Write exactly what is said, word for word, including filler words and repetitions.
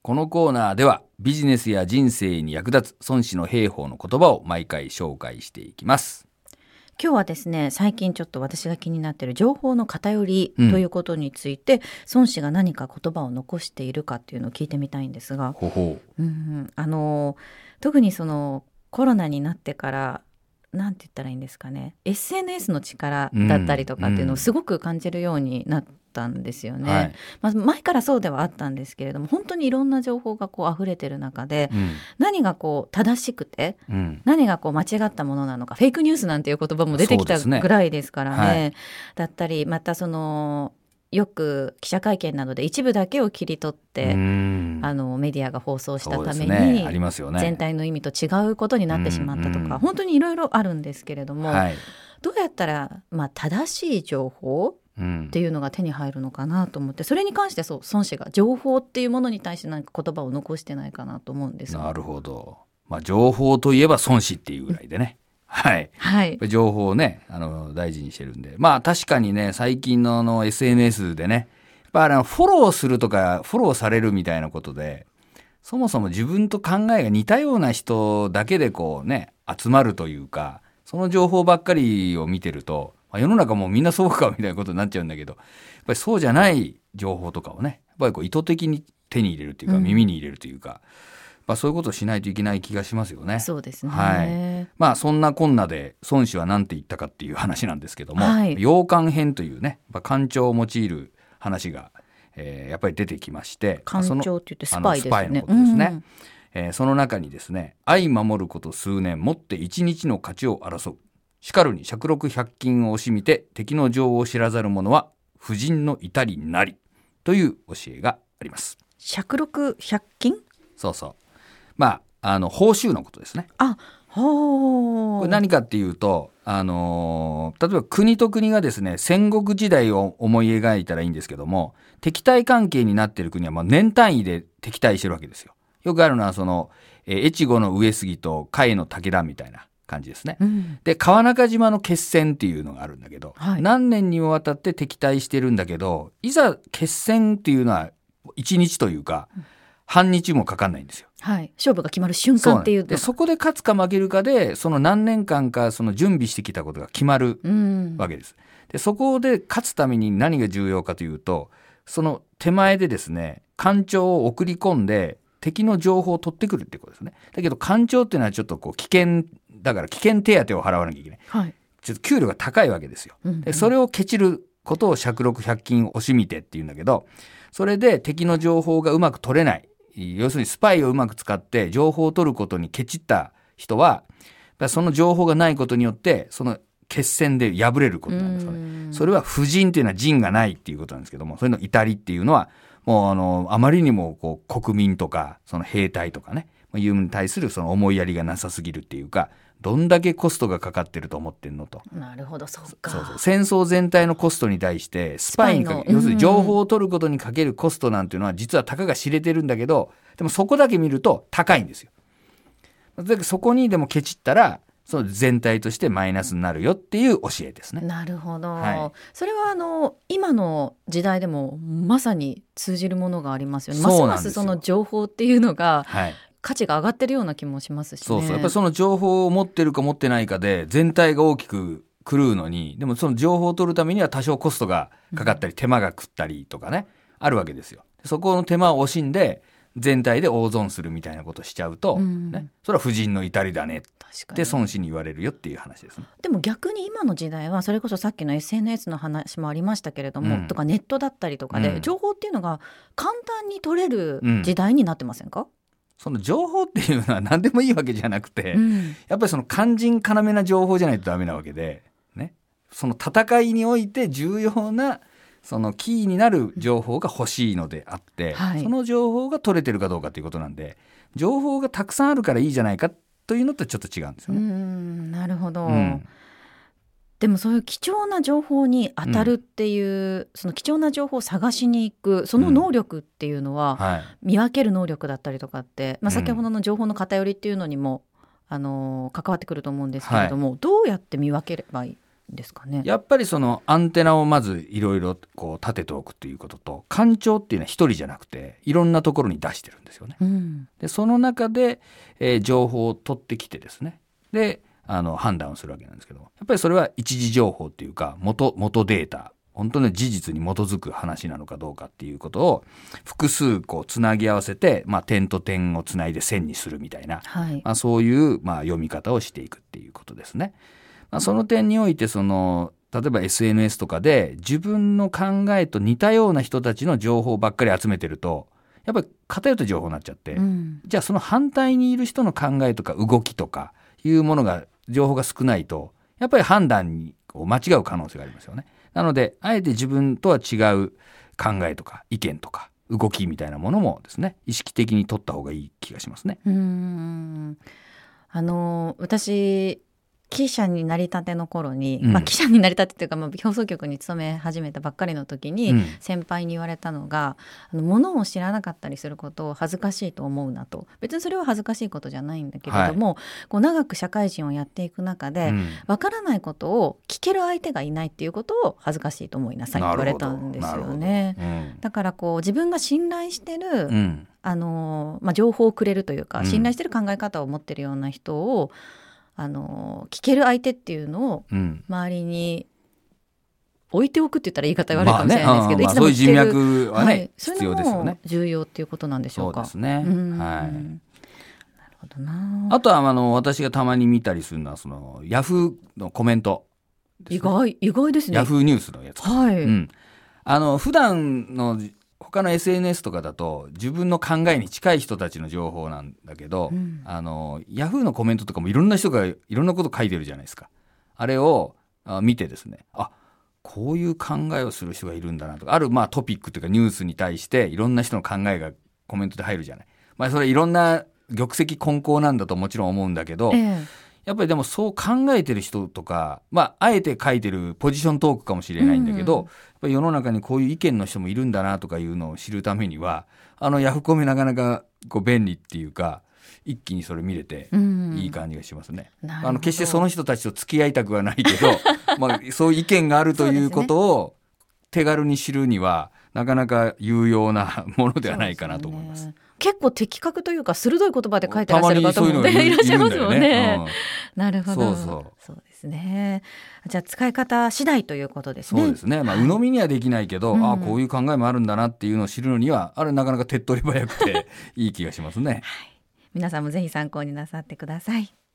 このコーナーではビジネスや人生に役立つ孫子の兵法の言葉を毎回紹介していきます。 今日はですね、最近ちょっと私が気になっている情報の偏りということについて、うん、孫子が何か言葉を残しているかっていうのを聞いてみたいんですが、 ほほう、 うん、あの特にそのコロナになってからなんて言ったらいいんですかね、 エスエヌエス の力だったりとかっていうのをすごく感じるようになったんですよね、はい。まあ、前からそうではあったんですけれども、本当にいろんな情報がこう溢れてる中で、うん、何がこう正しくて、うん、何がこう間違ったものなのか、フェイクニュースなんていう言葉も出てきたぐらいですからね、はい、だったりまたそのよく記者会見などで一部だけを切り取ってあのメディアが放送したために、ね、ありますよね、全体の意味と違うことになってしまったとか、本当にいろいろあるんですけれども、はい、どうやったら、まあ、正しい情報っていうのが手に入るのかなと思って、それに関してそう孫子が情報っていうものに対して何か言葉を残してないかなと思うんです。 なるほど、まあ、情報といえば孫子っていうぐらいでね、はい、はい、情報をねあの大事にしてるんで、まあ確かにね最近 の, あの エスエヌエス でね、やっぱあのフォローするとかフォローされるみたいなことで、そもそも自分と考えが似たような人だけでこうね集まるというか、その情報ばっかりを見てると、まあ、世の中もうみんなそうかみたいなことになっちゃうんだけど、やっぱりそうじゃない情報とかをね、やっぱりこう意図的に手に入れるというか、耳に入れるというか、うん、まあ、そういうことをしないといけない気がしますよね。 そうですね、 はい。まあそんなこんなで孫子は何て言ったかっていう話なんですけども、はい、陽間編というね、官庁を用いる話が、えー、やっぱり出てきまして、 官庁って言ってスパイですね。 スパイのことですね、うん、えー、その中にですね、相守ること数年もって一日の勝ちを争う、しかるに借禄百均を惜しみて敵の情を知らざる者は婦人の至りなりという教えがあります。 借禄百均、 そうそう、まあ、あの報酬のことですね。 あ、ほー、 これ何かっていうと、あのー、例えば国と国がですね戦国時代を思い描いたらいいんですけども、敵対関係になっている国はまあ年単位で敵対してるわけですよ。よくあるのはその、えー、越後の上杉と甲斐の武田みたいな感じですね、うん、で川中島の決戦っていうのがあるんだけど、はい、何年にもわたって敵対してるんだけど、いざ決戦っていうのはいちにちというか、うん、半日もかかんないんですよ。 はい、勝負が決まる瞬間っていうで、そこで勝つか負けるかでその何年間かその準備してきたことが決まるわけです。でそこで勝つために何が重要かというと、その手前でですね官庁を送り込んで敵の情報を取ってくるってことですね。だけど官庁っていうのはちょっとこう危険だから危険手当を払わなきゃいけない、はい、ちょっと給料が高いわけですよ、うんうん、でそれをケチることを借禄百均を惜しみてっていうんだけど、それで敵の情報がうまく取れない、要するにスパイをうまく使って情報を取ることにケチった人は、その情報がないことによってその決戦で敗れることなんですよね。それは婦人っていうのは人がないっていうことなんですけども、それの至りっていうのはもうあのあまりにもこう国民とかその兵隊とかねいうのに対するその思いやりがなさすぎるっていうか、どんだけコストがかかってると思ってんのと。 なるほど、そうか。 そうそう、戦争全体のコストに対してスパイにかける、要するに情報を取ることにかけるコストなんていうのは実はたかが知れてるんだけど、でもそこだけ見ると高いんですよ。だからそこにでもケチったらその全体としてマイナスになるよっていう教えですね。 なるほど、はい、それはあの今の時代でもまさに通じるものがありますよね。ますますその情報っていうのが、はい、価値が上がってるような気もしますしね。 そうそう、やっぱりその情報を持ってるか持ってないかで全体が大きく狂うのに、でもその情報を取るためには多少コストがかかったり、うん、手間が食ったりとかねあるわけですよ。そこの手間を惜しんで全体で大損するみたいなことしちゃうと、うんね、それは婦人の至りだねって孫子に言われるよっていう話ですね。 でも逆に今の時代はそれこそさっきの エスエヌエス の話もありましたけれども、うん、とかネットだったりとかで、うん、情報っていうのが簡単に取れる時代になってませんか？うん、 その情報っていうのは何でもいいわけじゃなくて、うん、やっぱりその肝心要な情報じゃないとダメなわけで、ね、その戦いにおいて重要なそのキーになる情報が欲しいのであって、はい、その情報が取れてるかどうかということなんで、情報がたくさんあるからいいじゃないかというのとちょっと違うんですよね。 うーん、なるほど、うん、でもそういう貴重な情報に当たるっていう、うん、その貴重な情報を探しに行くその能力っていうのは、うん、はい、見分ける能力だったりとかって、まあ、先ほどの情報の偏りっていうのにも、あのー、関わってくると思うんですけれども、はい、どうやって見分ければいい？ ですかね。 やっぱりそのアンテナをまずいろいろこう立てておくということと、干潮っていうのは一人じゃなくていろんなところに出してるんですよね、うん、でその中で、えー、情報を取ってきてですね、であの判断をするわけなんですけど、やっぱりそれは一時情報っていうか 元, 元データ、本当に事実に基づく話なのかどうかっていうことを複数こうつなぎ合わせて、まあ、点と点をつないで線にするみたいな、はいまあ、そういう、まあ、読み方をしていくっていうことですね。まあ、その点においてその例えば エスエヌエス とかで自分の考えと似たような人たちの情報ばっかり集めてると、やっぱり偏った情報になっちゃって、うん、じゃあその反対にいる人の考えとか動きとかいうものが情報が少ないと、やっぱり判断を間違う可能性がありますよね。なのであえて自分とは違う考えとか意見とか動きみたいなものもですね、意識的に取った方がいい気がしますね。 うーんあの私記者になりたての頃に、うんまあ、記者になりたてというか、まあ、放送局に勤め始めたばっかりの時に、うん、先輩に言われたのが、あの物を知らなかったりすることを恥ずかしいと思うなと。別にそれは恥ずかしいことじゃないんだけれども、はい、こう長く社会人をやっていく中で、うん、分からないことを聞ける相手がいないっていうことを恥ずかしいと思いなさいって言われたんですよね、うん、だからこう自分が信頼してる、うんあのまあ、情報をくれるというか、信頼してる考え方を持ってるような人をあの聞ける相手っていうのを周りに置いておくって言ったら言い方悪いかもしれないですけど、 まあね、いつでも聞ける、まあ、そういう人脈はね、はい、必要ですよね。 そういうのも重要っていうことなんでしょうか。 そうですね、うんはい、なるほどな。 あとはあの私がたまに見たりするのはそのヤフーのコメントですね。 意外意外ですね。 ヤフーニュースのやつ、 はいうん、 あの普段の他の エスエヌエス とかだと自分の考えに近い人たちの情報なんだけど、うん、あのヤフーのコメントとかもいろんな人がいろんなこと書いてるじゃないですか。あれをあ見てですね、あこういう考えをする人がいるんだなとか、あるまあトピックというかニュースに対していろんな人の考えがコメントで入るじゃない。まあそれいろんな玉石混交なんだともちろん思うんだけど、ええ、やっぱりでもそう考えてる人とか、まああえて書いてるポジショントークかもしれないんだけど、うん、やっぱり世の中にこういう意見の人もいるんだなとかいうのを知るためには、あのヤフコメなかなかこう便利っていうか、一気にそれ見れていい感じがしますね、うん、あの決してその人たちと付き合いたくはないけどまあそういう意見があるということを手軽に知るにはなかなか有用なものではないかなと思います。 結構的確というか鋭い言葉で書いてらっしゃる方も、ね、いらっしゃいますもんね、うん、なるほど。そうそうそうですね。じゃあ使い方次第ということですね。 そうですね、まあ、鵜呑みにはできないけど、はい、あこういう考えもあるんだなっていうのを知るのにはあれなかなか手っ取り早くていい気がしますね、はい、 皆さんもぜひ参考になさってください。